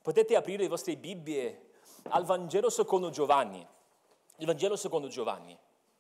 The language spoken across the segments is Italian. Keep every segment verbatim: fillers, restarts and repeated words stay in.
Potete aprire le vostre Bibbie al Vangelo secondo Giovanni. Il Vangelo secondo Giovanni.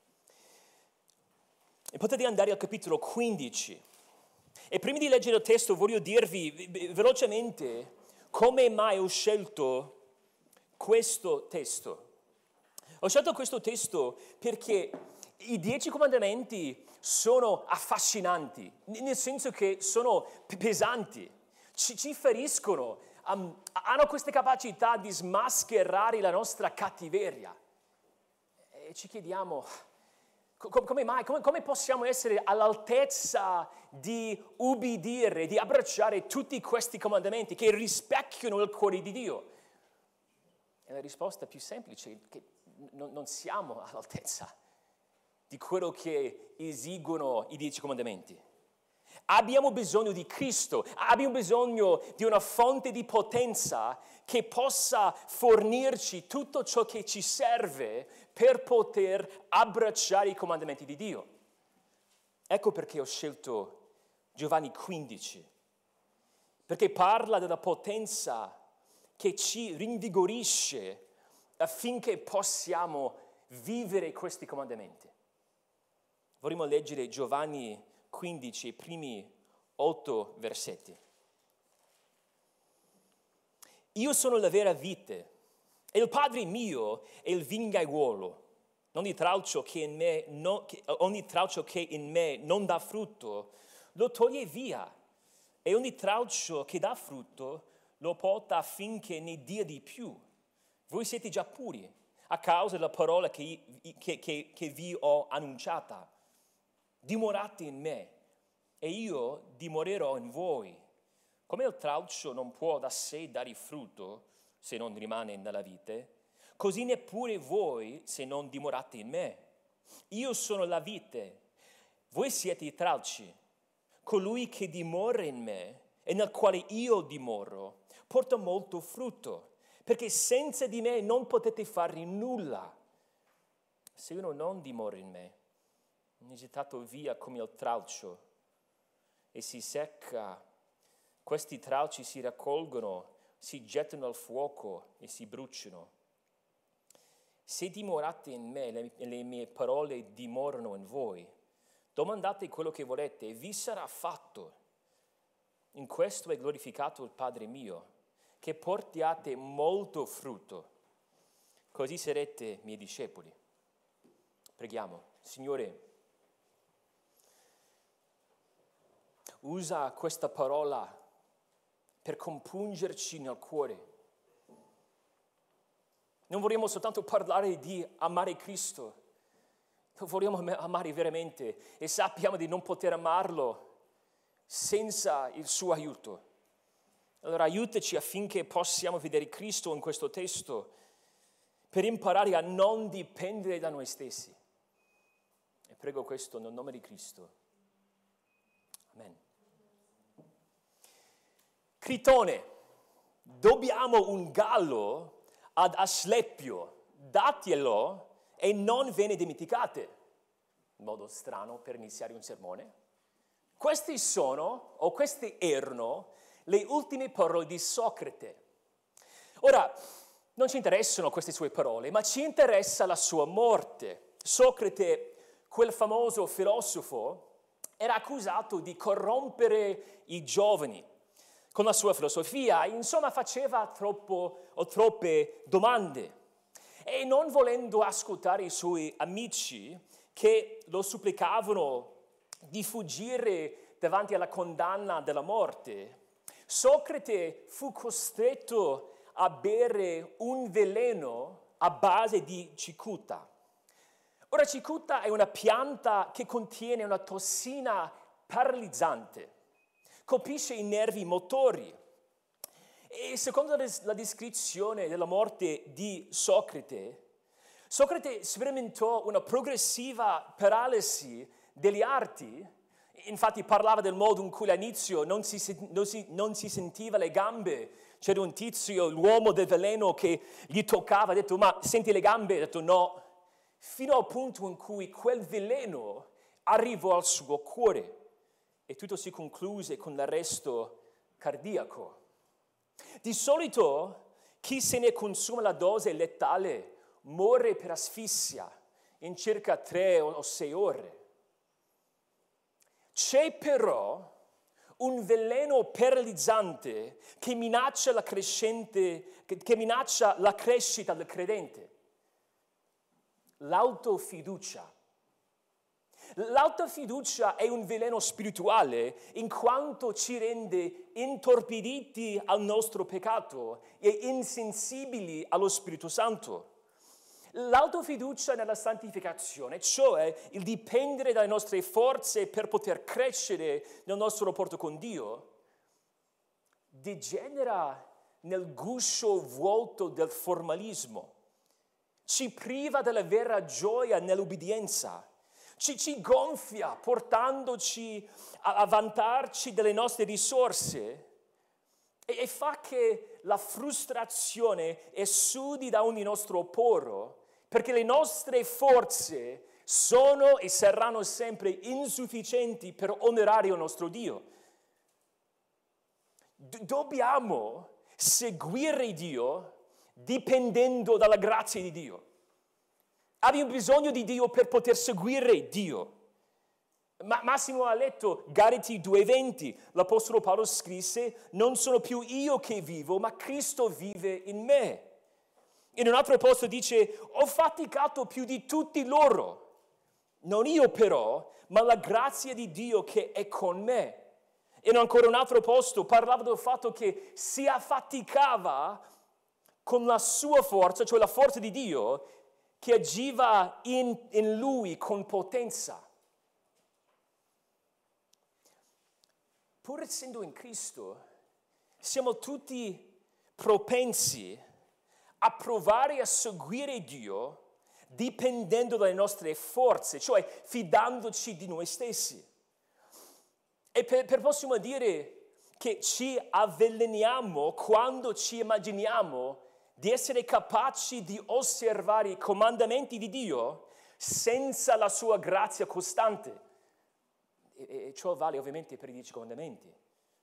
E potete andare al capitolo quindici. E prima di leggere il testo voglio dirvi velocemente come mai ho scelto questo testo. Ho scelto questo testo perché i dieci comandamenti sono affascinanti, nel senso che sono pesanti, ci, ci feriscono, um, hanno queste capacità di smascherare la nostra cattiveria. E ci chiediamo, com- come mai, come, come possiamo essere all'altezza di ubbidire, di abbracciare tutti questi comandamenti che rispecchiano il cuore di Dio? E la risposta più semplice è che non, non siamo all'altezza di quello che esigono i dieci comandamenti. Abbiamo bisogno di Cristo, abbiamo bisogno di una fonte di potenza che possa fornirci tutto ciò che ci serve per poter abbracciare i comandamenti di Dio. Ecco perché ho scelto Giovanni quindici, perché parla della potenza che ci rinvigorisce affinché possiamo vivere questi comandamenti. Vorremmo leggere Giovanni quindici, i primi otto versetti. Io sono la vera vite e il Padre mio è il vingaiuolo. Ogni tralcio che in me non, che, ogni tralcio che in me non dà frutto lo toglie via, e ogni tralcio che dà frutto lo porta affinché ne dia di più. Voi siete già puri a causa della parola che, che, che, che vi ho annunciata. Dimorate in me e io dimorerò in voi. Come il tralcio non può da sé dare frutto se non rimane nella vite, così neppure voi se non dimorate in me. Io sono la vite, voi siete i tralci. Colui che dimora in me e nel quale io dimoro porta molto frutto, perché senza di me non potete fare nulla. Se uno non dimora in me, è gettato via come il tralcio e si secca. Questi tralci si raccolgono, si gettano al fuoco e si bruciano. Se dimorate in me e le mie parole dimorano in voi, domandate quello che volete e vi sarà fatto. In questo è glorificato il Padre mio, che portiate molto frutto, così sarete miei discepoli. Preghiamo. Signore, usa questa parola per compungerci nel cuore. Non vorremmo soltanto parlare di amare Cristo, lo vogliamo amare veramente e sappiamo di non poter amarlo senza il suo aiuto. Allora aiutaci affinché possiamo vedere Cristo in questo testo per imparare a non dipendere da noi stessi. E prego questo nel nome di Cristo. Amen. Critone, dobbiamo un gallo ad Asclepio, datelo e non ve ne dimenticate. In modo strano per iniziare un sermone. Questi sono, o queste erano, le ultime parole di Socrate. Ora, non ci interessano queste sue parole, ma ci interessa la sua morte. Socrate, quel famoso filosofo, era accusato di corrompere i giovani con la sua filosofia, insomma faceva troppo o troppe domande. E non volendo ascoltare i suoi amici che lo supplicavano di fuggire davanti alla condanna della morte, Socrate fu costretto a bere un veleno a base di cicuta. Ora, cicuta è una pianta che contiene una tossina paralizzante, colpisce i nervi motori. E secondo la descrizione della morte di Socrate, Socrate sperimentò una progressiva paralisi degli arti. Infatti parlava del modo in cui all'inizio non si, non, si, non si sentiva le gambe. C'era un tizio, l'uomo del veleno, che gli toccava, ha detto ma senti le gambe? Ha detto no. Fino al punto in cui quel veleno arrivò al suo cuore e tutto si concluse con l'arresto cardiaco. Di solito chi se ne consuma la dose letale muore per asfissia in circa tre o sei ore. C'è però un veleno paralizzante che minaccia la crescente, che, che minaccia la crescita del credente. L'autofiducia. L'autofiducia è un veleno spirituale in quanto ci rende intorpiditi al nostro peccato e insensibili allo Spirito Santo. L'autofiducia nella santificazione, cioè il dipendere dalle nostre forze per poter crescere nel nostro rapporto con Dio, degenera nel guscio vuoto del formalismo, ci priva della vera gioia nell'obbedienza, ci, ci gonfia portandoci a, a vantarci delle nostre risorse e, e fa che la frustrazione esudi da ogni nostro poro, perché le nostre forze sono e saranno sempre insufficienti per onorare il nostro Dio. D- dobbiamo seguire Dio dipendendo dalla grazia di Dio. Abbiamo bisogno di Dio per poter seguire Dio. Ma Massimo ha letto Galati due venti, l'Apostolo Paolo scrisse: non sono più io che vivo, ma Cristo vive in me. In un altro posto dice: ho faticato più di tutti loro, non io però, ma la grazia di Dio che è con me. In ancora un altro posto parlava del fatto che si affaticava con la sua forza, cioè la forza di Dio, che agiva in, in lui con potenza. Pur essendo in Cristo, siamo tutti propensi a provare a seguire Dio dipendendo dalle nostre forze, cioè fidandoci di noi stessi. E per, per possiamo dire che ci avveleniamo quando ci immaginiamo di essere capaci di osservare i comandamenti di Dio senza la sua grazia costante. E, e ciò vale ovviamente per i dieci comandamenti.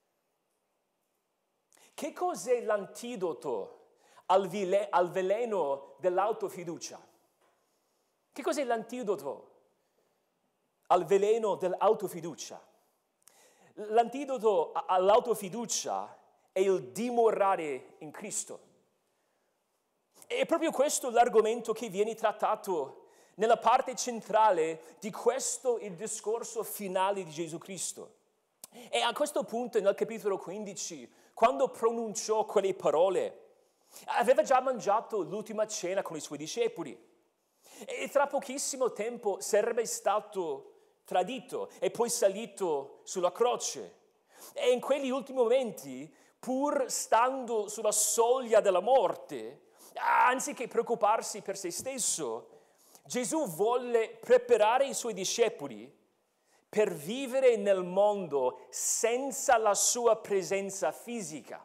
Che cos'è l'antidoto al, vile, al veleno dell'autofiducia? Che cos'è l'antidoto al veleno dell'autofiducia? L'antidoto all'autofiducia è il dimorare in Cristo. È proprio questo l'argomento che viene trattato nella parte centrale di questo il discorso finale di Gesù Cristo. E a questo punto, nel capitolo quindici, quando pronunciò quelle parole, aveva già mangiato l'ultima cena con i suoi discepoli e tra pochissimo tempo sarebbe stato tradito e poi salito sulla croce. E in quegli ultimi momenti, pur stando sulla soglia della morte, anziché preoccuparsi per se stesso, Gesù volle preparare i suoi discepoli per vivere nel mondo senza la sua presenza fisica.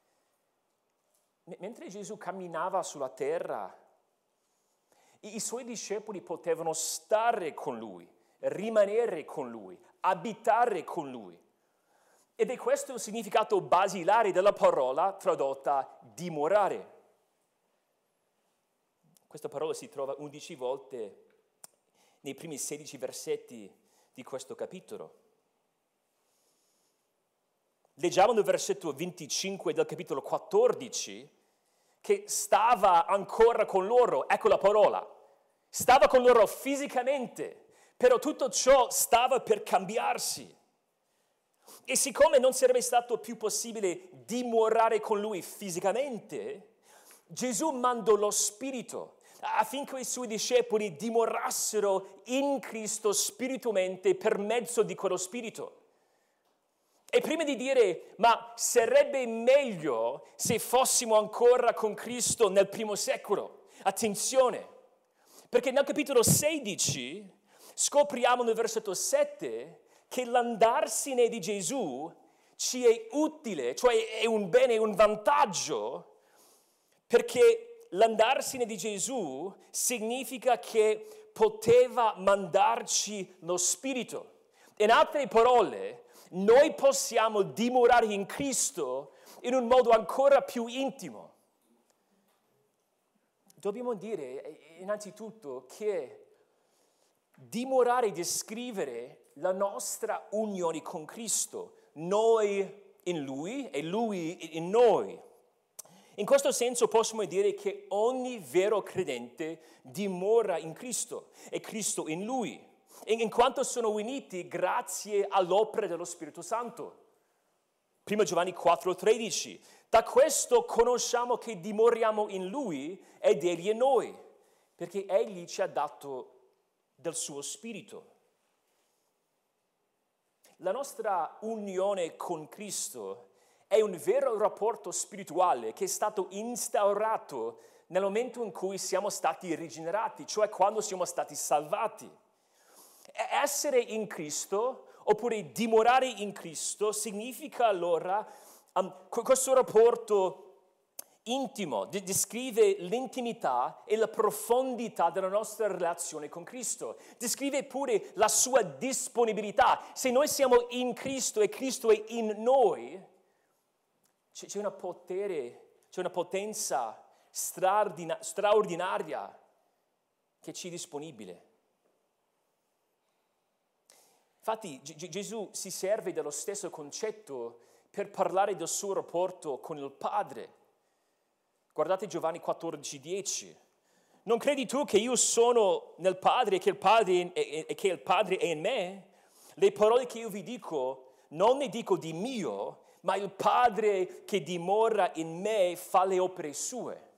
Mentre Gesù camminava sulla terra, i suoi discepoli potevano stare con lui, rimanere con lui, abitare con lui. Ed è questo il significato basilare della parola tradotta dimorare. Questa parola si trova undici volte nei primi sedici versetti di questo capitolo. Leggiamo nel versetto venticinque del capitolo quattordici che stava ancora con loro, ecco la parola, stava con loro fisicamente, però tutto ciò stava per cambiarsi. E siccome non sarebbe stato più possibile dimorare con lui fisicamente, Gesù mandò lo Spirito affinché i suoi discepoli dimorassero in Cristo spiritualmente per mezzo di quello Spirito. E prima di dire, ma sarebbe meglio se fossimo ancora con Cristo nel primo secolo, attenzione, perché nel capitolo sedici scopriamo nel versetto sette che l'andarsene di Gesù ci è utile, cioè è un bene, è un vantaggio, perché l'andarsene di Gesù significa che poteva mandarci lo Spirito. In altre parole, noi possiamo dimorare in Cristo in un modo ancora più intimo. Dobbiamo dire innanzitutto che dimorare descrivere la nostra unione con Cristo, noi in Lui e Lui in noi. In questo senso possiamo dire che ogni vero credente dimora in Cristo e Cristo in Lui, in quanto sono uniti grazie all'opera dello Spirito Santo. Primo Giovanni quattro tredici. Da questo conosciamo che dimoriamo in Lui ed Egli in noi, perché Egli ci ha dato del suo Spirito. La nostra unione con Cristo è un vero rapporto spirituale che è stato instaurato nel momento in cui siamo stati rigenerati, cioè quando siamo stati salvati. Essere in Cristo, oppure dimorare in Cristo, significa allora um, questo rapporto intimo, descrive l'intimità e la profondità della nostra relazione con Cristo. Descrive pure la sua disponibilità. Se noi siamo in Cristo e Cristo è in noi, c'è una potere, c'è una potenza straordina- straordinaria che ci è disponibile. Infatti G- Gesù si serve dello stesso concetto per parlare del suo rapporto con il Padre. Guardate Giovanni quattordici dieci. Non credi tu che io sono nel Padre e che il Padre è, e che il Padre è in me? Le parole che io vi dico non ne dico di mio, ma il Padre che dimora in me fa le opere sue.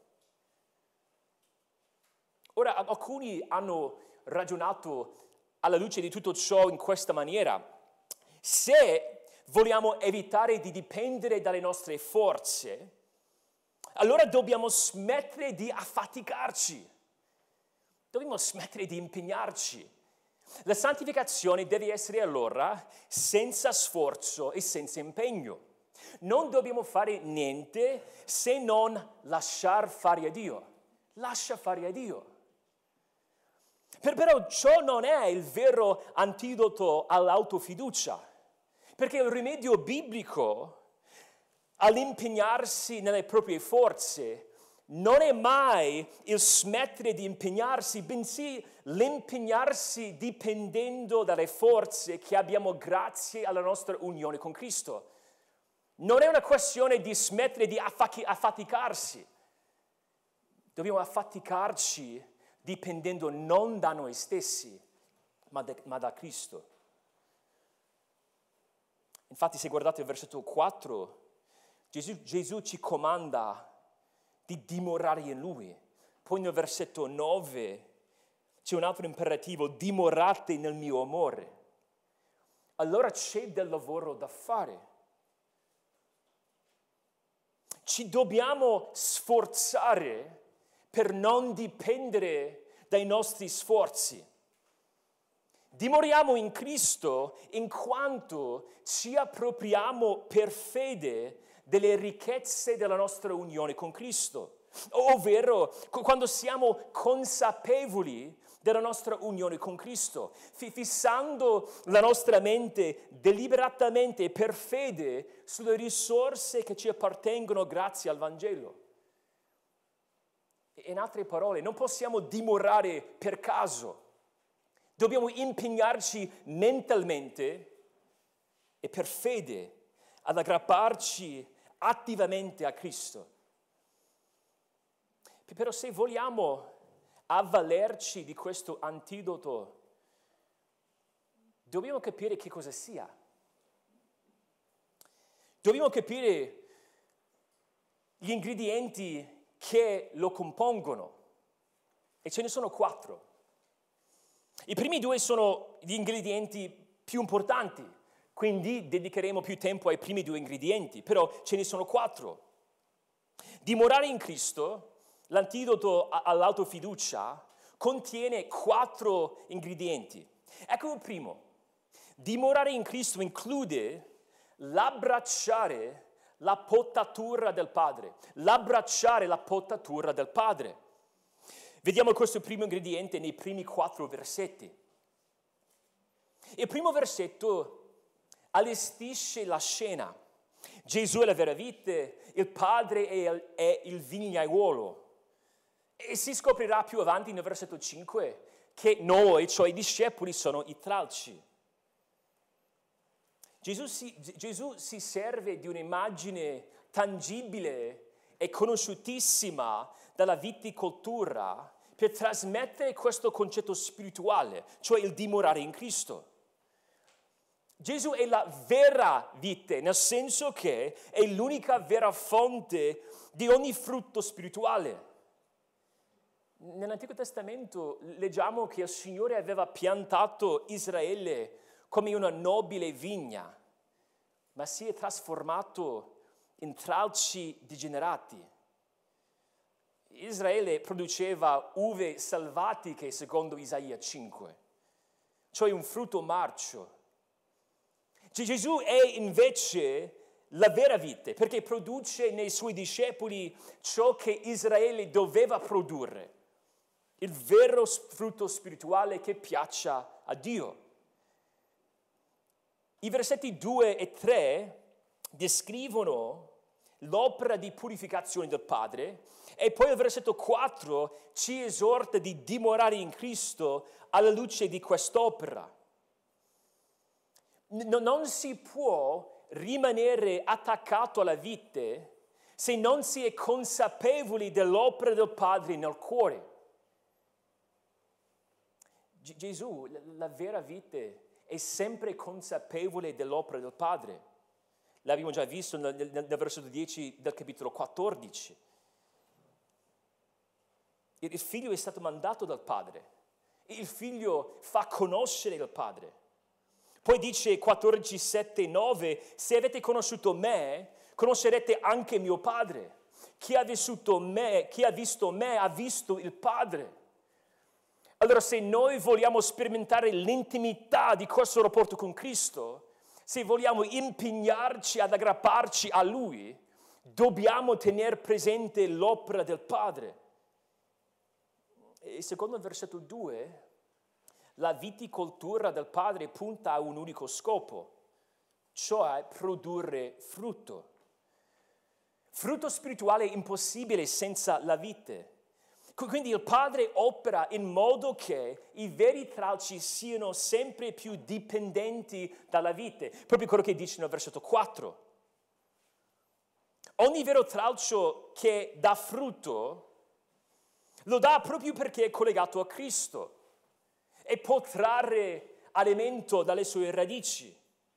Ora, alcuni hanno ragionato alla luce di tutto ciò in questa maniera. Se vogliamo evitare di dipendere dalle nostre forze, allora dobbiamo smettere di affaticarci. Dobbiamo smettere di impegnarci. La santificazione deve essere allora senza sforzo e senza impegno. Non dobbiamo fare niente se non lasciar fare a Dio. Lascia fare a Dio. Per, però ciò non è il vero antidoto all'autofiducia, perché il rimedio biblico all'impegnarsi nelle proprie forze non è mai il smettere di impegnarsi, bensì l'impegnarsi dipendendo dalle forze che abbiamo grazie alla nostra unione con Cristo. Non è una questione di smettere di affaticarsi. Dobbiamo affaticarci dipendendo non da noi stessi, ma da, ma da Cristo. Infatti, se guardate il versetto quattro, Gesù, Gesù ci comanda di dimorare in Lui. Poi nel versetto nove c'è un altro imperativo: dimorate nel mio amore. Allora c'è del lavoro da fare. Ci dobbiamo sforzare per non dipendere dai nostri sforzi. Dimoriamo in Cristo in quanto ci appropriamo per fede delle ricchezze della nostra unione con Cristo, ovvero quando siamo consapevoli della nostra unione con Cristo, fissando la nostra mente deliberatamente e per fede sulle risorse che ci appartengono grazie al Vangelo. In altre parole, non possiamo dimorare per caso. Dobbiamo impegnarci mentalmente e per fede ad aggrapparci attivamente a Cristo. Però se vogliamo avvalerci di questo antidoto, dobbiamo capire che cosa sia. Dobbiamo capire gli ingredienti che lo compongono, e ce ne sono quattro. I primi due sono gli ingredienti più importanti, quindi dedicheremo più tempo ai primi due ingredienti, però ce ne sono quattro. Dimorare in Cristo, l'antidoto all'autofiducia, contiene quattro ingredienti. Ecco il primo. Dimorare in Cristo include l'abbracciare la potatura del Padre, l'abbracciare la potatura del Padre. Vediamo questo primo ingrediente nei primi quattro versetti. Il primo versetto allestisce la scena. Gesù è la vera vite, il Padre è il, è il vignaiuolo. E si scoprirà più avanti nel versetto cinque che noi, cioè i discepoli, sono i tralci. Gesù si, Gesù si serve di un'immagine tangibile e conosciutissima dalla viticoltura per trasmettere questo concetto spirituale, cioè il dimorare in Cristo. Gesù è la vera vite, nel senso che è l'unica vera fonte di ogni frutto spirituale. Nell'Antico Testamento leggiamo che il Signore aveva piantato Israele come una nobile vigna, ma si è trasformato in tralci degenerati. Israele produceva uve selvatiche secondo Isaia cinque, cioè un frutto marcio. Gesù è invece la vera vite, perché produce nei suoi discepoli ciò che Israele doveva produrre, il vero frutto spirituale che piaccia a Dio. I versetti due e tre descrivono l'opera di purificazione del Padre e poi il versetto quattro ci esorta di dimorare in Cristo alla luce di quest'opera. Non si può rimanere attaccato alla vite se non si è consapevoli dell'opera del Padre nel cuore. Gesù, la vera vite, è sempre consapevole dell'opera del Padre. L'abbiamo già visto nel, nel, nel versetto dieci del capitolo quattordici. Il figlio è stato mandato dal Padre. Il figlio fa conoscere il Padre. Poi dice quattordici, sette, nove, se avete conosciuto me, conoscerete anche mio Padre. Chi ha vissuto me, chi ha visto me, ha visto il Padre. Allora, se noi vogliamo sperimentare l'intimità di questo rapporto con Cristo, se vogliamo impegnarci ad aggrapparci a Lui, dobbiamo tenere presente l'opera del Padre. E secondo il versetto due, la viticoltura del Padre punta a un unico scopo, cioè produrre frutto. Frutto spirituale impossibile senza la vite. Quindi il Padre opera in modo che i veri tralci siano sempre più dipendenti dalla vite, proprio quello che dice nel versetto quattro. Ogni vero tralcio che dà frutto lo dà proprio perché è collegato a Cristo e può trarre alimento dalle sue radici.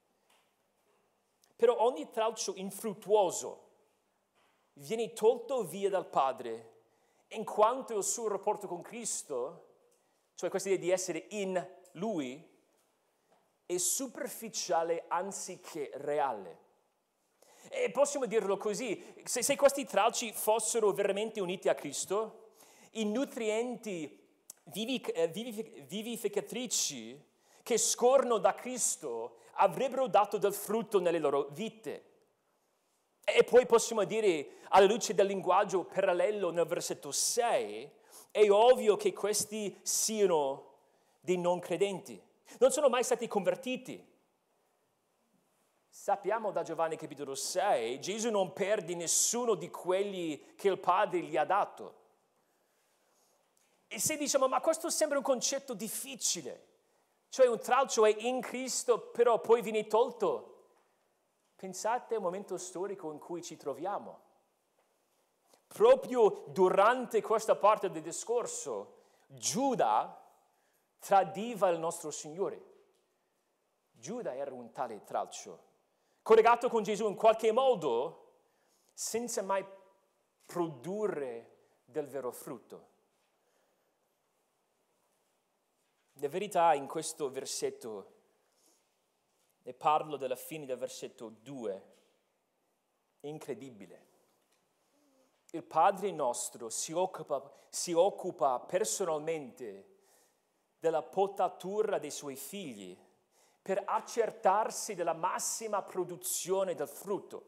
Però ogni tralcio infruttuoso viene tolto via dal Padre in quanto il suo rapporto con Cristo, cioè questa idea di essere in Lui, è superficiale anziché reale. E possiamo dirlo così, se, se questi tralci fossero veramente uniti a Cristo, i nutrienti vivic- vivific- vivificatrici che scorrono da Cristo avrebbero dato del frutto nelle loro vite. E poi possiamo dire, alla luce del linguaggio parallelo nel versetto sei, è ovvio che questi siano dei non credenti. Non sono mai stati convertiti. Sappiamo da Giovanni capitolo sei, Gesù non perde nessuno di quelli che il Padre gli ha dato. E se diciamo, ma questo sembra un concetto difficile, cioè un tralcio è in Cristo, però poi viene tolto. Pensate al momento storico in cui ci troviamo. Proprio durante questa parte del discorso, Giuda tradiva il nostro Signore. Giuda era un tale tralcio, collegato con Gesù in qualche modo, senza mai produrre del vero frutto. La verità in questo versetto, e parlo della fine del versetto due, è incredibile. Il Padre nostro si occupa, si occupa personalmente della potatura dei suoi figli per accertarsi della massima produzione del frutto.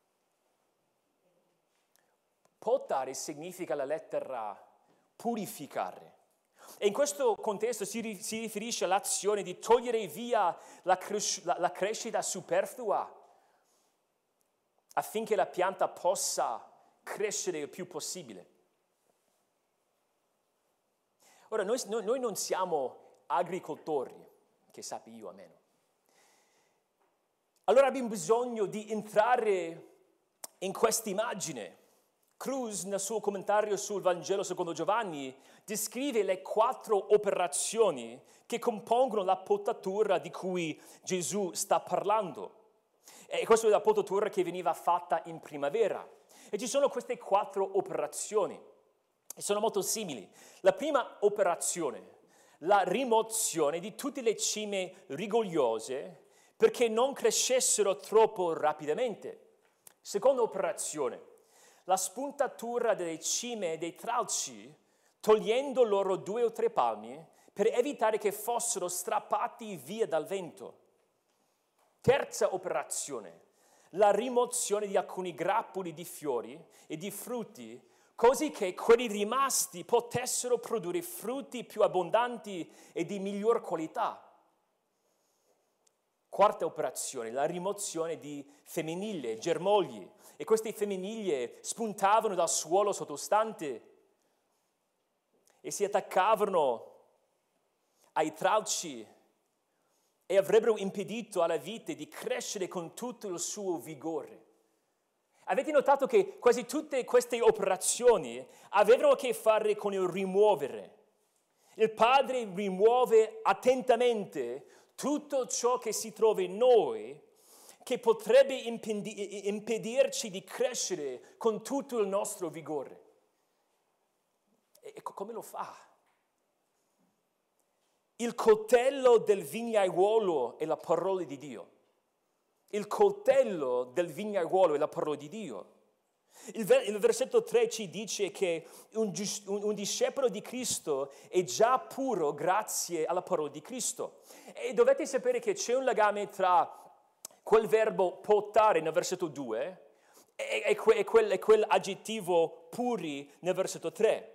Potare significa la lettera purificare. E in questo contesto si, si riferisce all'azione di togliere via la, cres- la, la crescita superflua, affinché la pianta possa crescere il più possibile. Ora, noi, noi, noi non siamo agricoltori, che sappi io almeno. Allora abbiamo bisogno di entrare in questa immagine. Cruz, nel suo commentario sul Vangelo secondo Giovanni, descrive le quattro operazioni che compongono la potatura di cui Gesù sta parlando. E questa è la potatura che veniva fatta in primavera. E ci sono queste quattro operazioni, e sono molto simili. La prima operazione, la rimozione di tutte le cime rigogliose perché non crescessero troppo rapidamente. Seconda operazione, la spuntatura delle cime e dei tralci, togliendo loro due o tre palmi per evitare che fossero strappati via dal vento. Terza operazione, la rimozione di alcuni grappoli di fiori e di frutti, così che quelli rimasti potessero produrre frutti più abbondanti e di miglior qualità. Quarta operazione, la rimozione di femminile, germogli, e queste femminiglie spuntavano dal suolo sottostante e si attaccavano ai tralci e avrebbero impedito alla vite di crescere con tutto il suo vigore. Avete notato che quasi tutte queste operazioni avevano a che fare con il rimuovere. Il Padre rimuove attentamente tutto ciò che si trova in noi che potrebbe impedi- impedirci di crescere con tutto il nostro vigore. E come lo fa? Il coltello del vignaiuolo è la parola di Dio. Il coltello del vignaiuolo è la parola di Dio. Il, ver- il versetto tre ci dice che un, gius- un, un discepolo di Cristo è già puro grazie alla parola di Cristo. E dovete sapere che c'è un legame tra quel verbo potare nel versetto due e, e, que- e, quel, e quell'aggettivo puri nel versetto tre.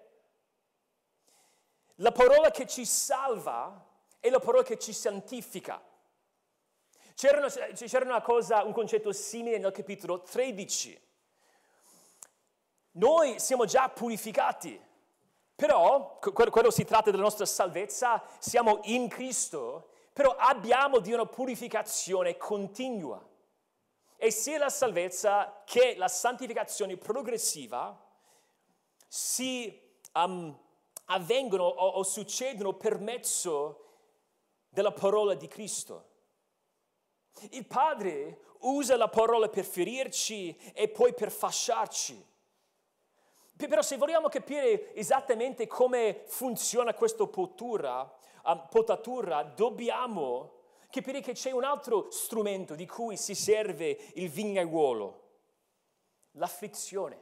La parola che ci salva è la parola che ci santifica. C'era, una, c'era una cosa, un concetto simile nel capitolo tredici. Noi siamo già purificati, però, quando si tratta della nostra salvezza, siamo in Cristo, però abbiamo di una purificazione continua. E sia la salvezza che la santificazione progressiva si um, avvengono o, o succedono per mezzo della parola di Cristo. Il Padre usa la parola per ferirci e poi per fasciarci. Però se vogliamo capire esattamente come funziona questa potatura, um, potatura, dobbiamo capire che c'è un altro strumento di cui si serve il vignaiuolo, l'afflizione.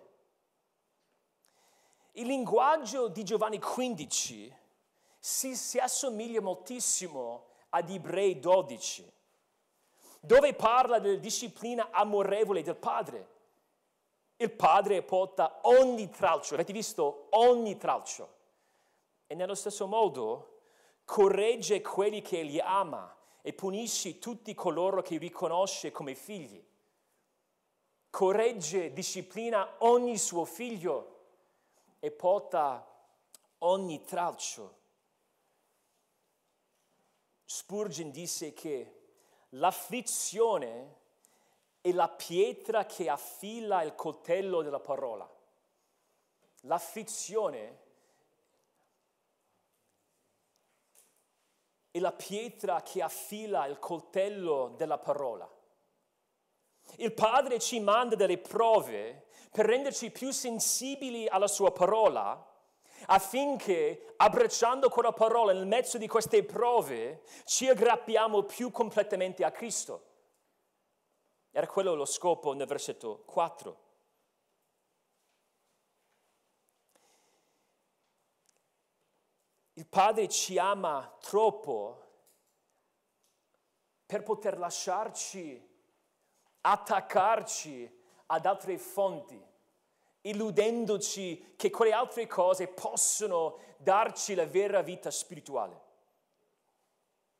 Il linguaggio di Giovanni quindici si, si assomiglia moltissimo ad Ebrei dodici, dove parla della disciplina amorevole del Padre. Il Padre porta ogni tralcio, avete visto? Ogni tralcio. E nello stesso modo corregge quelli che Egli ama e punisce tutti coloro che riconosce come figli. Corregge, disciplina ogni suo figlio e porta ogni tralcio. Spurgeon disse che l'afflizione è la pietra che affila il coltello della parola. L'afflizione è la pietra che affila il coltello della parola. Il Padre ci manda delle prove per renderci più sensibili alla sua parola, affinché, abbracciando quella parola nel mezzo di queste prove, ci aggrappiamo più completamente a Cristo. Era quello lo scopo nel versetto quattro. Il Padre ci ama troppo per poter lasciarci attaccarci ad altre fonti, illudendoci che quelle altre cose possono darci la vera vita spirituale.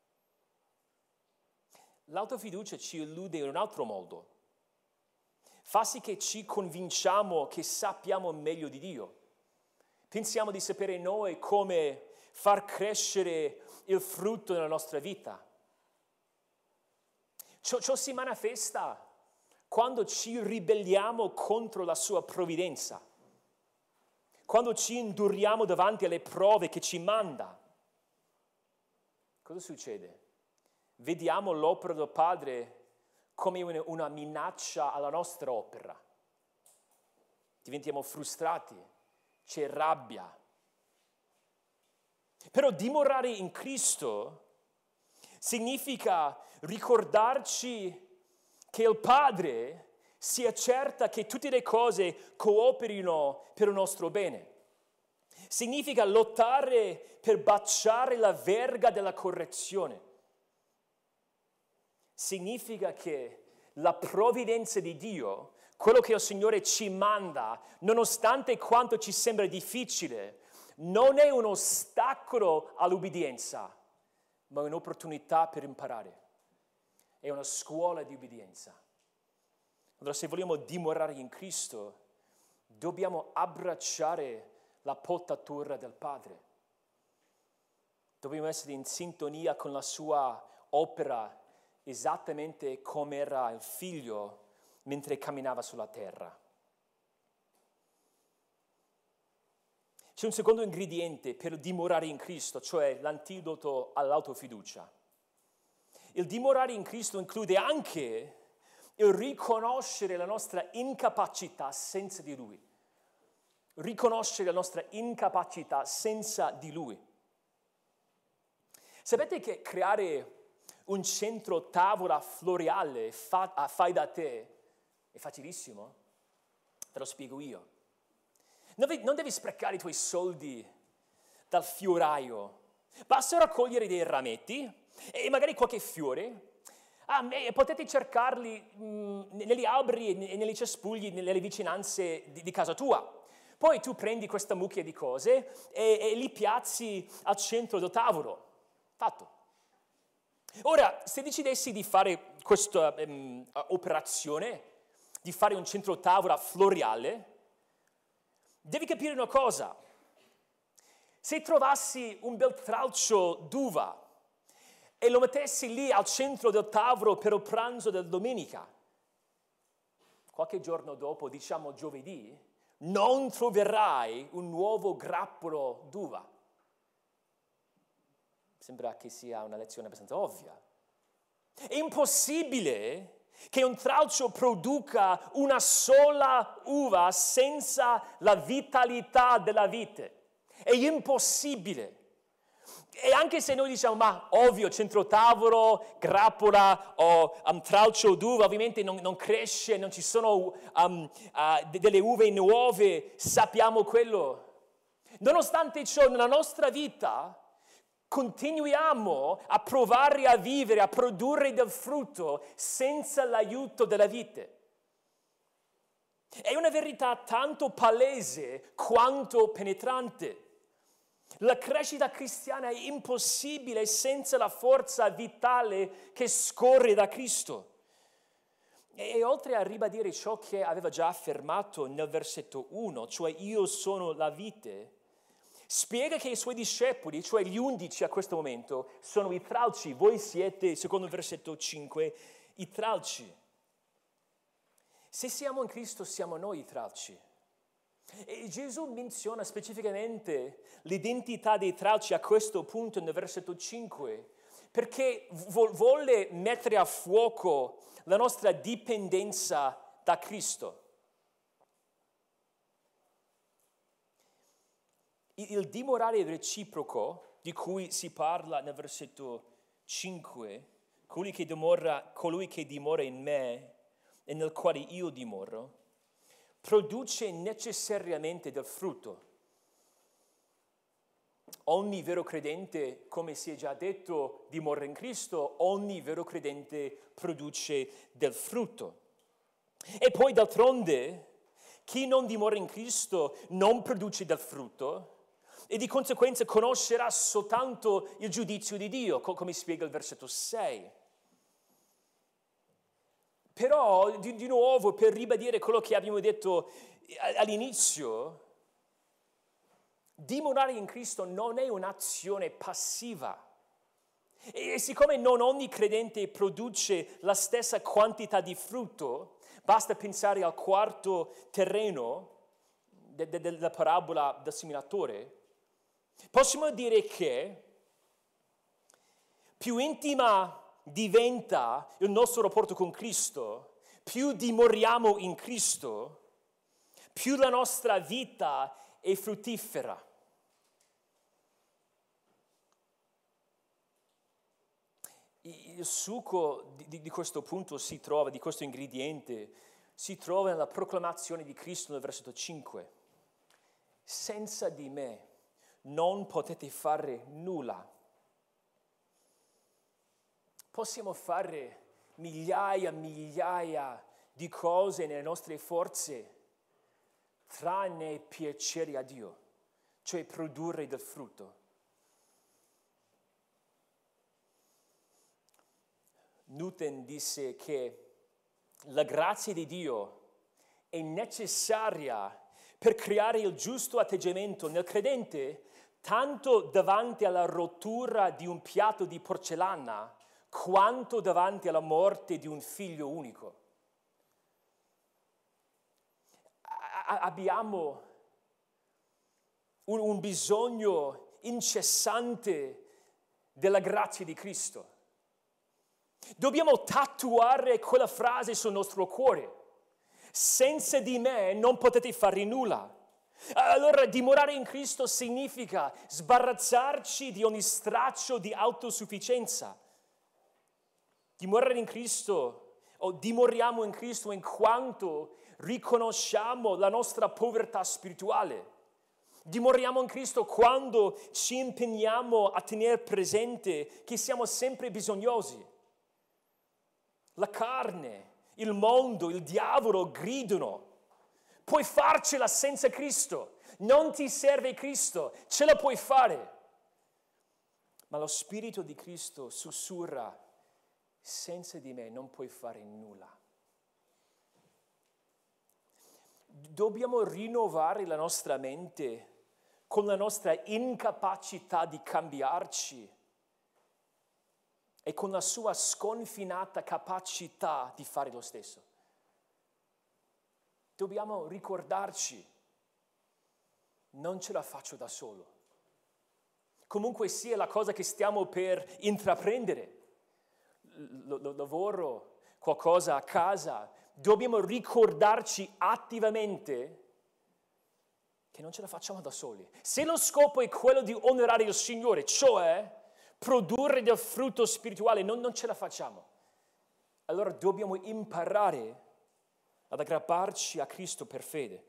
L'autofiducia ci illude in un altro modo, fa sì che ci convinciamo che sappiamo meglio di Dio. Pensiamo di sapere noi come far crescere il frutto nella nostra vita. Ciò, ciò si manifesta quando ci ribelliamo contro la sua provvidenza, quando ci induriamo davanti alle prove che ci manda. Cosa succede? Vediamo l'opera del Padre come una minaccia alla nostra opera. Diventiamo frustrati, c'è rabbia. Però dimorare in Cristo significa ricordarci che il Padre si accerta che tutte le cose cooperino per il nostro bene. Significa lottare per baciare la verga della correzione. Significa che la provvidenza di Dio, quello che il Signore ci manda, nonostante quanto ci sembra difficile, non è un ostacolo all'ubbidienza, ma un'opportunità per imparare. È una scuola di ubbidienza. Allora, se vogliamo dimorare in Cristo, dobbiamo abbracciare la potatura del Padre. Dobbiamo essere in sintonia con la sua opera, esattamente come era il figlio mentre camminava sulla terra. C'è un secondo ingrediente per dimorare in Cristo, cioè l'antidoto all'autofiducia. Il dimorare in Cristo include anche il riconoscere la nostra incapacità senza di Lui. Riconoscere la nostra incapacità senza di Lui. Sapete che creare un centro tavola floreale fa, fai da te è facilissimo? Te lo spiego io. Non devi, non devi sprecare i tuoi soldi dal fioraio. Basta raccogliere dei rametti e magari qualche fiore. Ah, potete cercarli mh, negli alberi e negli cespugli, nelle vicinanze di, di casa tua. Poi tu prendi questa mucchia di cose e, e li piazzi al centro del tavolo. Fatto. Ora, se decidessi di fare questa um, operazione, di fare un centro tavola floreale, devi capire una cosa. Se trovassi un bel tralcio d'uva e lo mettessi lì al centro del tavolo per il pranzo del domenica, qualche giorno dopo, diciamo giovedì, non troverai un nuovo grappolo d'uva. Sembra che sia una lezione abbastanza ovvia. È impossibile che un tralcio produca una sola uva senza la vitalità della vite. È impossibile. E anche se noi diciamo, ma ovvio, centro tavolo, grappola o um, tralcio d'uva, ovviamente non, non cresce, non ci sono um, uh, delle uve nuove, sappiamo quello. Nonostante ciò, nella nostra vita, continuiamo a provare a vivere, a produrre del frutto senza l'aiuto della vite. È una verità tanto palese quanto penetrante. La crescita cristiana è impossibile senza la forza vitale che scorre da Cristo. E, e oltre a ribadire ciò che aveva già affermato nel versetto uno, cioè io sono la vite, spiega che i suoi discepoli, cioè gli undici a questo momento, sono i tralci. Voi siete, secondo il versetto cinque, i tralci. Se siamo in Cristo, siamo noi i tralci. E Gesù menziona specificamente l'identità dei tralci a questo punto nel versetto cinque, perché vuole mettere a fuoco la nostra dipendenza da Cristo. Il dimorare reciproco di cui si parla nel versetto cinque, colui che dimora, colui che dimora in me e nel quale io dimoro, produce necessariamente del frutto. Ogni vero credente, come si è già detto, dimora in Cristo, ogni vero credente produce del frutto. E poi d'altronde, chi non dimora in Cristo non produce del frutto e di conseguenza conoscerà soltanto il giudizio di Dio, come spiega il versetto sei. Però, di, di nuovo, per ribadire quello che abbiamo detto all'inizio, dimorare in Cristo non è un'azione passiva. E siccome non ogni credente produce la stessa quantità di frutto, basta pensare al quarto terreno de- de- della parabola del seminatore, possiamo dire che più intima diventa il nostro rapporto con Cristo, più dimoriamo in Cristo, più la nostra vita è fruttifera. Il succo di, di questo punto si trova, di questo ingrediente, si trova nella proclamazione di Cristo nel versetto cinque. Senza di me non potete fare nulla. Possiamo fare migliaia e migliaia di cose nelle nostre forze, tranne piacere a Dio, cioè produrre del frutto. Newton disse che la grazia di Dio è necessaria per creare il giusto atteggiamento nel credente, tanto davanti alla rottura di un piatto di porcellana, quanto davanti alla morte di un figlio unico. A- abbiamo un, un bisogno incessante della grazia di Cristo. Dobbiamo tatuare quella frase sul nostro cuore. Senza di me non potete fare nulla. Allora dimorare in Cristo significa sbarazzarci di ogni straccio di autosufficienza. Dimorare in Cristo, o dimoriamo in Cristo in quanto riconosciamo la nostra povertà spirituale. Dimoriamo in Cristo quando ci impegniamo a tenere presente che siamo sempre bisognosi. La carne, il mondo, il diavolo gridano: puoi farcela senza Cristo, non ti serve Cristo, ce la puoi fare. Ma lo Spirito di Cristo sussurra: senza di me non puoi fare nulla. Dobbiamo rinnovare la nostra mente con la nostra incapacità di cambiarci e con la sua sconfinata capacità di fare lo stesso. Dobbiamo ricordarci: non ce la faccio da solo. Comunque sia la cosa che stiamo per intraprendere, L- l- lavoro, qualcosa a casa, dobbiamo ricordarci attivamente che non ce la facciamo da soli. Se lo scopo è quello di onorare il Signore, cioè produrre del frutto spirituale, non, non ce la facciamo. Allora dobbiamo imparare ad aggrapparci a Cristo per fede.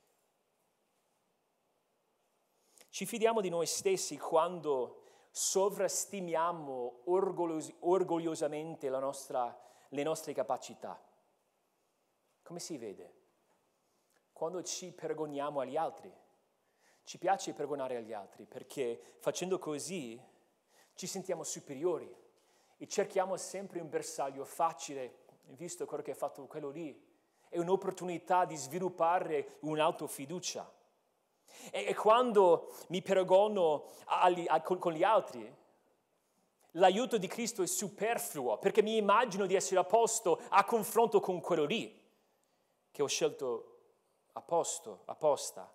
Ci fidiamo di noi stessi quando sovrastimiamo orgoglios- orgogliosamente la nostra, le nostre capacità. Come si vede? Quando ci pergoniamo agli altri. Ci piace pergonare agli altri perché facendo così ci sentiamo superiori e cerchiamo sempre un bersaglio facile, visto quello che ha fatto quello lì. È un'opportunità di sviluppare un'autofiducia. E, e quando mi pergono agli, a, con, con gli altri, l'aiuto di Cristo è superfluo perché mi immagino di essere a posto a confronto con quello lì che ho scelto a posto, apposta.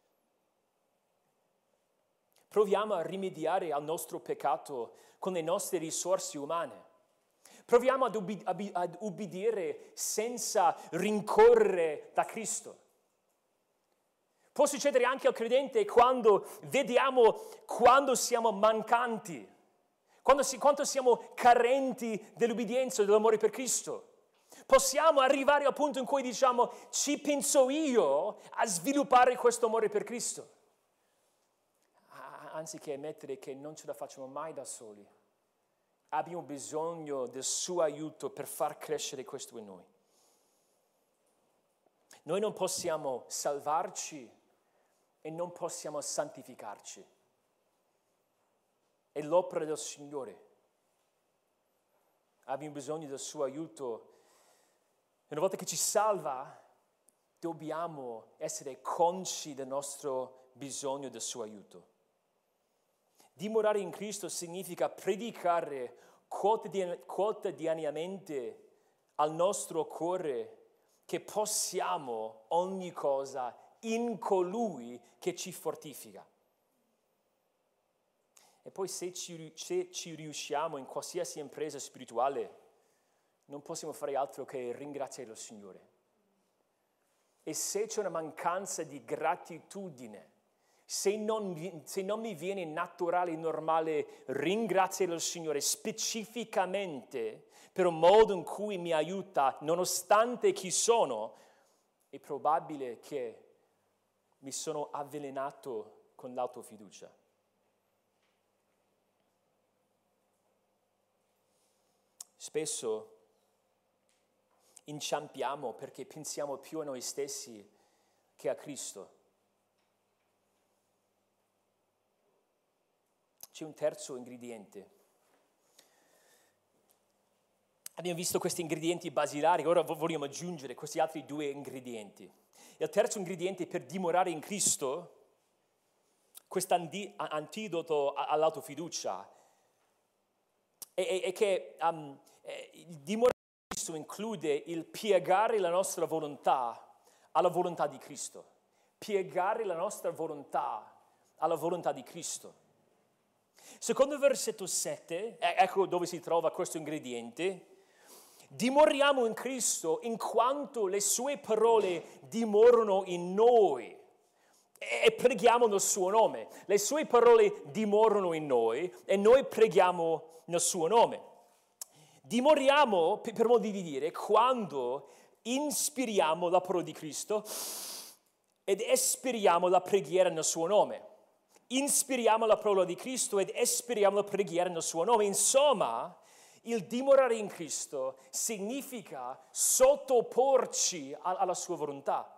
Proviamo a rimediare al nostro peccato con le nostre risorse umane. Proviamo ad, ubbi- ad ubbidire senza rincorrere da Cristo. Può succedere anche al credente quando vediamo quando siamo mancanti, quando si, quando siamo carenti dell'ubbidienza e dell'amore per Cristo. Possiamo arrivare al punto in cui diciamo: ci penso io a sviluppare questo amore per Cristo. Anziché ammettere che non ce la facciamo mai da soli, abbiamo bisogno del suo aiuto per far crescere questo in noi. Noi non possiamo salvarci e non possiamo santificarci. È l'opera del Signore. Abbiamo bisogno del suo aiuto una volta che ci salva, dobbiamo essere consci del nostro bisogno del suo aiuto. Dimorare in Cristo significa predicare quotidian- quotidianamente al nostro cuore che possiamo ogni cosa in colui che ci fortifica. E poi se ci, se ci riusciamo in qualsiasi impresa spirituale, non possiamo fare altro che ringraziare il Signore. E se c'è una mancanza di gratitudine, se non, se non mi viene naturale e normale ringraziare il Signore specificamente per un modo in cui mi aiuta, nonostante chi sono, è probabile che mi sono avvelenato con l'autofiducia. Spesso inciampiamo perché pensiamo più a noi stessi che a Cristo. C'è un terzo ingrediente. Abbiamo visto questi ingredienti basilari, ora vogliamo aggiungere questi altri due ingredienti. Il terzo ingrediente per dimorare in Cristo, questo antidoto all'autofiducia, è, è, è che um, il dimorare in Cristo include il piegare la nostra volontà alla volontà di Cristo. Piegare la nostra volontà alla volontà di Cristo. Secondo il versetto sette, ecco dove si trova questo ingrediente. Dimoriamo in Cristo in quanto le sue parole dimorano in noi e preghiamo nel suo nome. Le sue parole dimorano in noi e noi preghiamo nel suo nome. Dimoriamo, per modo di dire, quando inspiriamo la parola di Cristo ed espiriamo la preghiera nel suo nome. Inspiriamo la parola di Cristo ed espiriamo la preghiera nel suo nome. Insomma, il dimorare in Cristo significa sottoporci alla sua volontà.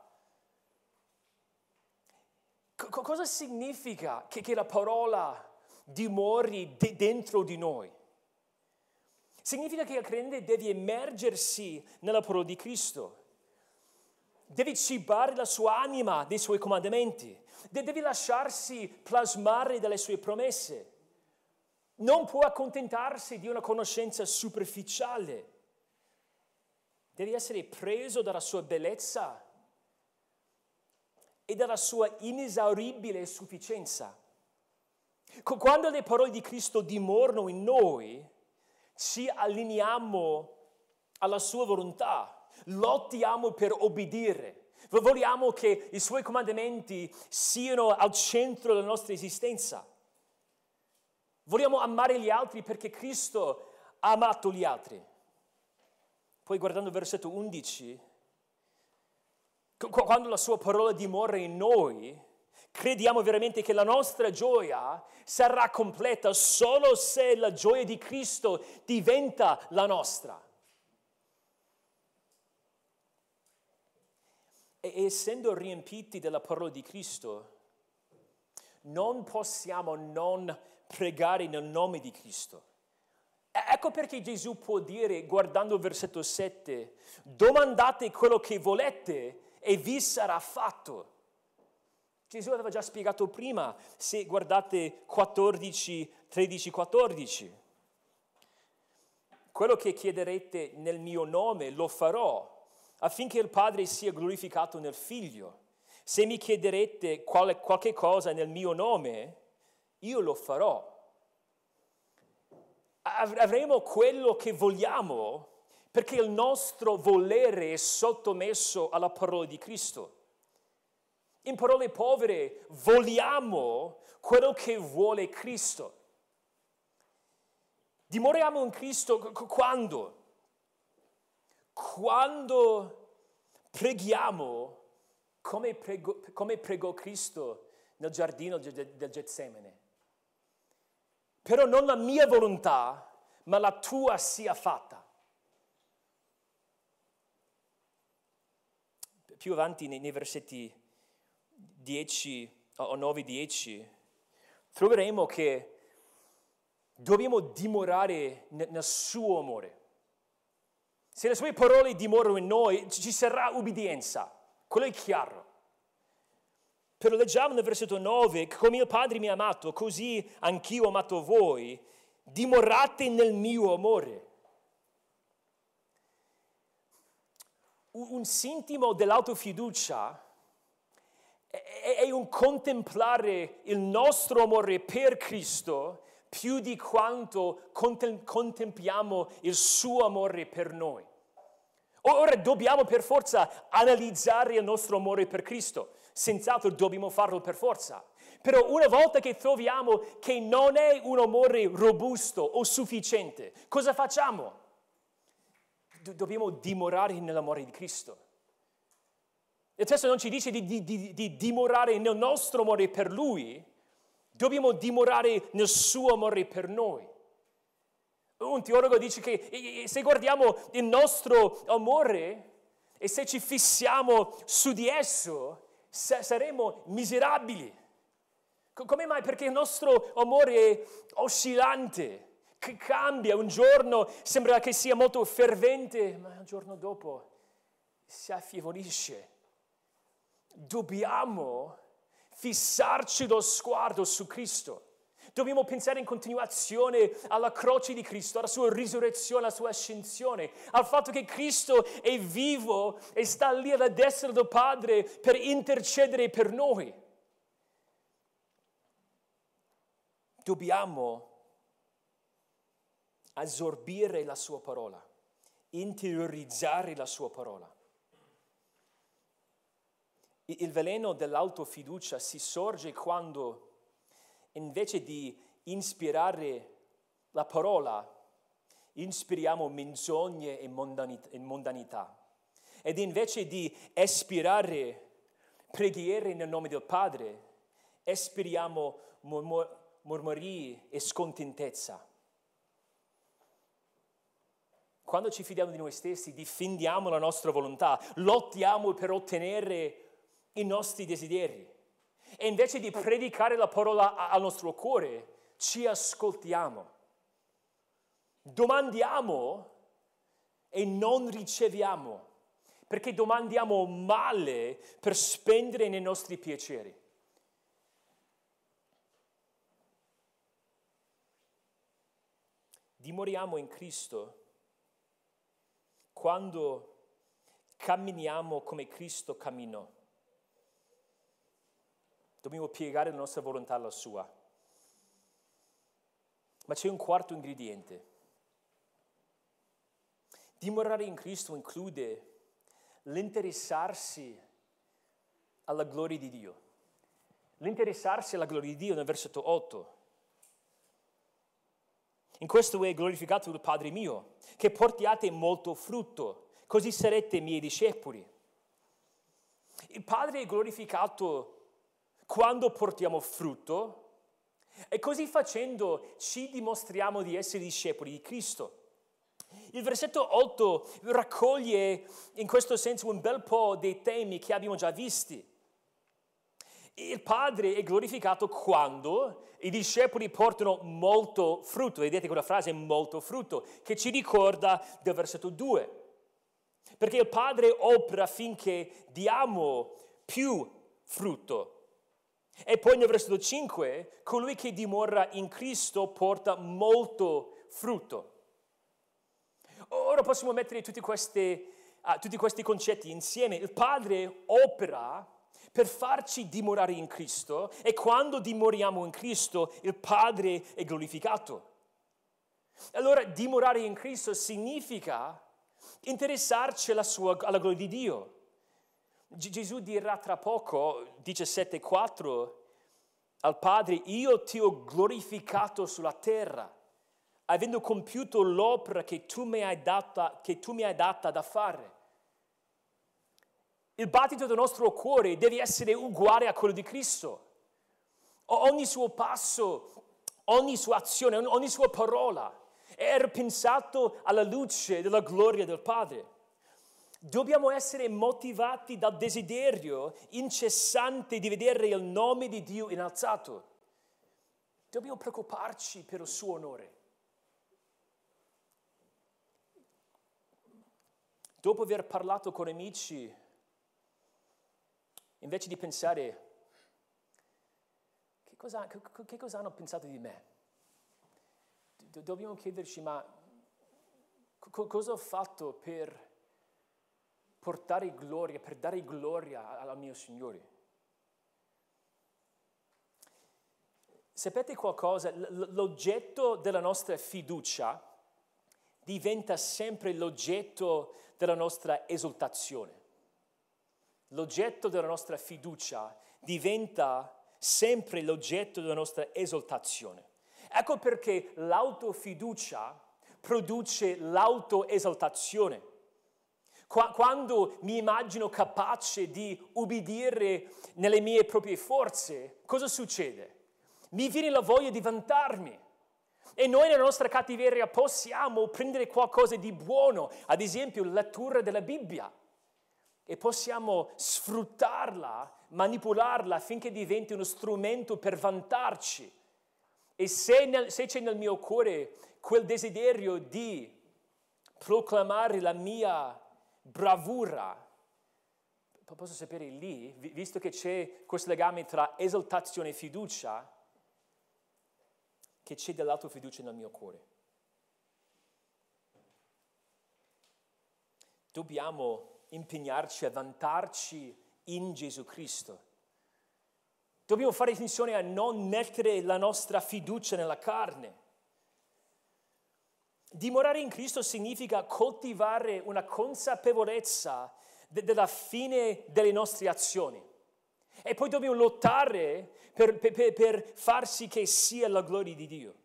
C- cosa significa che, che la parola dimori de- dentro di noi? Significa che il credente deve immergersi nella parola di Cristo. Deve cibare la sua anima dei suoi comandamenti. Deve lasciarsi plasmare dalle sue promesse. Non può accontentarsi di una conoscenza superficiale. Deve essere preso dalla sua bellezza e dalla sua inesauribile sufficienza. Quando le parole di Cristo dimorano in noi, ci allineiamo alla sua volontà, lottiamo per obbedire. Vogliamo che i suoi comandamenti siano al centro della nostra esistenza. Vogliamo amare gli altri perché Cristo ha amato gli altri. Poi guardando il versetto undici, quando la sua parola dimora in noi, crediamo veramente che la nostra gioia sarà completa solo se la gioia di Cristo diventa la nostra. E essendo riempiti della parola di Cristo, non possiamo non pregare nel nome di Cristo. Ecco perché Gesù può dire, guardando il versetto sette, domandate quello che volete e vi sarà fatto. Gesù aveva già spiegato prima, se guardate quattordici, tredici, quattordici. Quello che chiederete nel mio nome lo farò, affinché il Padre sia glorificato nel Figlio. Se mi chiederete quale, qualche cosa nel mio nome, io lo farò. Avremo quello che vogliamo perché il nostro volere è sottomesso alla parola di Cristo. In parole povere, vogliamo quello che vuole Cristo. Dimoriamo in Cristo quando? Quando preghiamo come pregò, come pregò Cristo nel giardino del Getsemane. Però non la mia volontà, ma la tua sia fatta. Più avanti nei, nei versetti dieci o nove dieci troveremo che dobbiamo dimorare nel, nel suo amore. Se le sue parole dimorano in noi, ci sarà ubbidienza. Quello è chiaro. Però leggiamo nel versetto nove, come il Padre mi ha amato, così anch'io ho amato voi, dimorate nel mio amore. Un sintomo dell'autofiducia è un contemplare il nostro amore per Cristo più di quanto contempliamo il suo amore per noi. Ora dobbiamo per forza analizzare il nostro amore per Cristo, senz'altro dobbiamo farlo per forza. Però una volta che troviamo che non è un amore robusto o sufficiente, cosa facciamo? Dobbiamo dimorare nell'amore di Cristo. Il testo non ci dice di, di, di, di dimorare nel nostro amore per Lui, dobbiamo dimorare nel suo amore per noi. Un teologo dice che se guardiamo il nostro amore e se ci fissiamo su di esso, saremo miserabili. Come mai? Perché il nostro amore è oscillante, che cambia. Un giorno sembra che sia molto fervente, ma il giorno dopo si affievolisce. Dobbiamo fissarci lo sguardo su Cristo. Dobbiamo pensare in continuazione alla croce di Cristo, alla sua risurrezione, alla sua ascensione, al fatto che Cristo è vivo e sta lì alla destra del Padre per intercedere per noi. Dobbiamo assorbire la sua parola, interiorizzare la sua parola. Il veleno dell'autofiducia si sorge quando, invece di ispirare la parola, ispiriamo menzogne e mondanità. Ed invece di ispirare preghiere nel nome del Padre, ispiriamo mormorii e scontentezza. Quando ci fidiamo di noi stessi, difendiamo la nostra volontà, lottiamo per ottenere i nostri desideri. E invece di predicare la parola al nostro cuore, ci ascoltiamo. Domandiamo e non riceviamo, perché domandiamo male per spendere nei nostri piaceri. Dimoriamo in Cristo quando camminiamo come Cristo camminò. Dobbiamo piegare la nostra volontà alla sua. Ma c'è un quarto ingrediente. Dimorare in Cristo include l'interessarsi alla gloria di Dio. L'interessarsi alla gloria di Dio nel versetto otto. In questo è glorificato il Padre mio, che portiate molto frutto, così sarete miei discepoli. Il Padre è glorificato quando portiamo frutto e così facendo ci dimostriamo di essere discepoli di Cristo. Il versetto otto raccoglie in questo senso un bel po' dei temi che abbiamo già visti. Il Padre è glorificato quando i discepoli portano molto frutto. Vedete quella frase, molto frutto, che ci ricorda del versetto due. Perché il Padre opera affinché diamo più frutto. E poi nel versetto cinque, colui che dimora in Cristo porta molto frutto. Ora possiamo mettere tutti, queste, uh, tutti questi concetti insieme. Il Padre opera per farci dimorare in Cristo e quando dimoriamo in Cristo il Padre è glorificato. Allora dimorare in Cristo significa interessarci alla, sua, alla gloria di Dio. Gesù dirà tra poco, diciassette quattro, al Padre, io ti ho glorificato sulla terra, avendo compiuto l'opera che tu mi hai data, che tu mi hai data da fare. Il battito del nostro cuore deve essere uguale a quello di Cristo. Ogni suo passo, ogni sua azione, ogni sua parola è pensato alla luce della gloria del Padre. Dobbiamo essere motivati dal desiderio incessante di vedere il nome di Dio innalzato. Dobbiamo preoccuparci per il suo onore. dopo aver parlato con amici, invece di pensare che cosa, che, che cosa hanno pensato di me, do- dobbiamo chiederci, ma co- cosa ho fatto per portare gloria, per dare gloria al mio Signore? Sapete qualcosa? L- l'oggetto della nostra fiducia diventa sempre l'oggetto della nostra esultazione. L'oggetto della nostra fiducia diventa sempre l'oggetto della nostra esultazione. Ecco perché l'autofiducia produce l'autoesaltazione. Qua- quando mi immagino capace di ubbidire nelle mie proprie forze, cosa succede? Mi viene la voglia di vantarmi. E noi nella nostra cattiveria possiamo prendere qualcosa di buono, ad esempio la lettura della Bibbia, e possiamo sfruttarla, manipolarla affinché diventi uno strumento per vantarci. E se, nel, se c'è nel mio cuore quel desiderio di proclamare la mia bravura, posso sapere lì, visto che c'è questo legame tra esaltazione e fiducia, che c'è dell'autofiducia nel mio cuore. Dobbiamo impegnarci a vantarci in Gesù Cristo. Dobbiamo fare attenzione a non mettere la nostra fiducia nella carne. Dimorare in Cristo significa coltivare una consapevolezza de- della fine delle nostre azioni. E poi dobbiamo lottare per, per, per far sì che sia la gloria di Dio.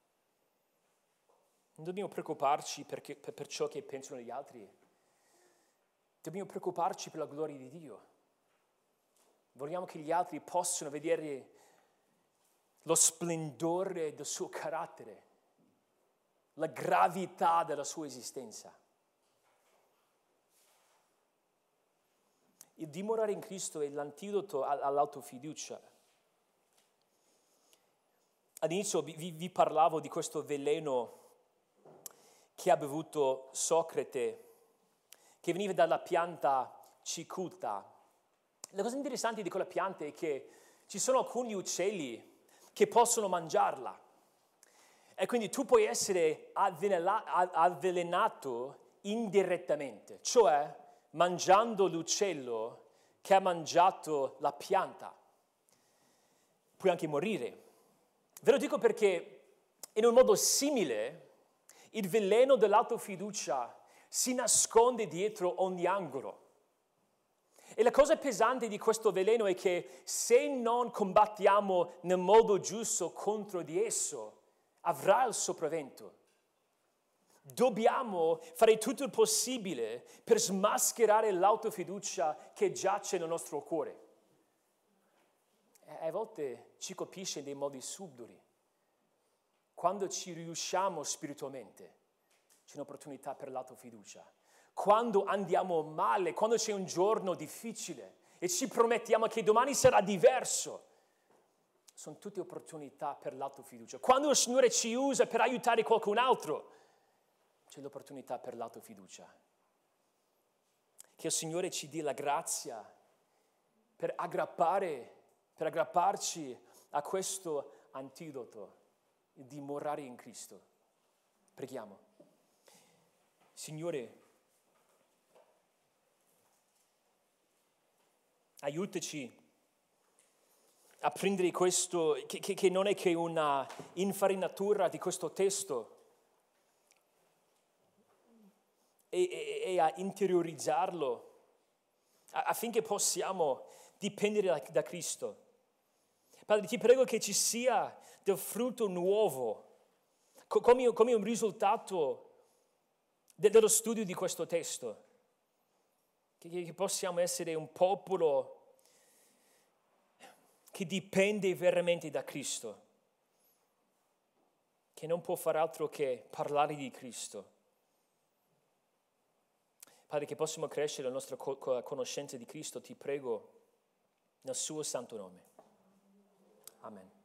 Non dobbiamo preoccuparci perché, per, per ciò che pensano gli altri. Dobbiamo preoccuparci per la gloria di Dio. Vogliamo che gli altri possano vedere lo splendore del suo carattere, la gravità della sua esistenza. Il dimorare in Cristo è l'antidoto all'autofiducia. All'inizio vi, vi parlavo di questo veleno che ha bevuto Socrate, che veniva dalla pianta cicuta. La cosa interessante di quella pianta è che ci sono alcuni uccelli che possono mangiarla. E quindi tu puoi essere avvelenato indirettamente, cioè mangiando l'uccello che ha mangiato la pianta. Puoi anche morire. Ve lo dico perché in un modo simile il veleno dell'autofiducia si nasconde dietro ogni angolo. E la cosa pesante di questo veleno è che se non combattiamo nel modo giusto contro di esso, avrà il sopravvento. Dobbiamo fare tutto il possibile per smascherare l'autofiducia che giace nel nostro cuore. E a volte ci colpisce in dei modi subdoli. Quando ci riusciamo spiritualmente, c'è un'opportunità per l'autofiducia. Quando andiamo male, quando c'è un giorno difficile e ci promettiamo che domani sarà diverso, sono tutte opportunità per l'autofiducia. Quando il Signore ci usa per aiutare qualcun altro, c'è l'opportunità per l'autofiducia. Che il Signore ci dia la grazia per aggrappare, per aggrapparci a questo antidoto, il dimorare in Cristo. Preghiamo. Signore, aiutaci a prendere questo, che, che, che non è che una infarinatura di questo testo, e, e, e a interiorizzarlo affinché possiamo dipendere da, da Cristo. Padre, ti prego che ci sia del frutto nuovo, come, come un risultato de, dello studio di questo testo, che, che possiamo essere un popolo che dipende veramente da Cristo, che non può far altro che parlare di Cristo. Padre, che possiamo crescere nella nostra conoscenza di Cristo, ti prego, nel suo santo nome. Amen.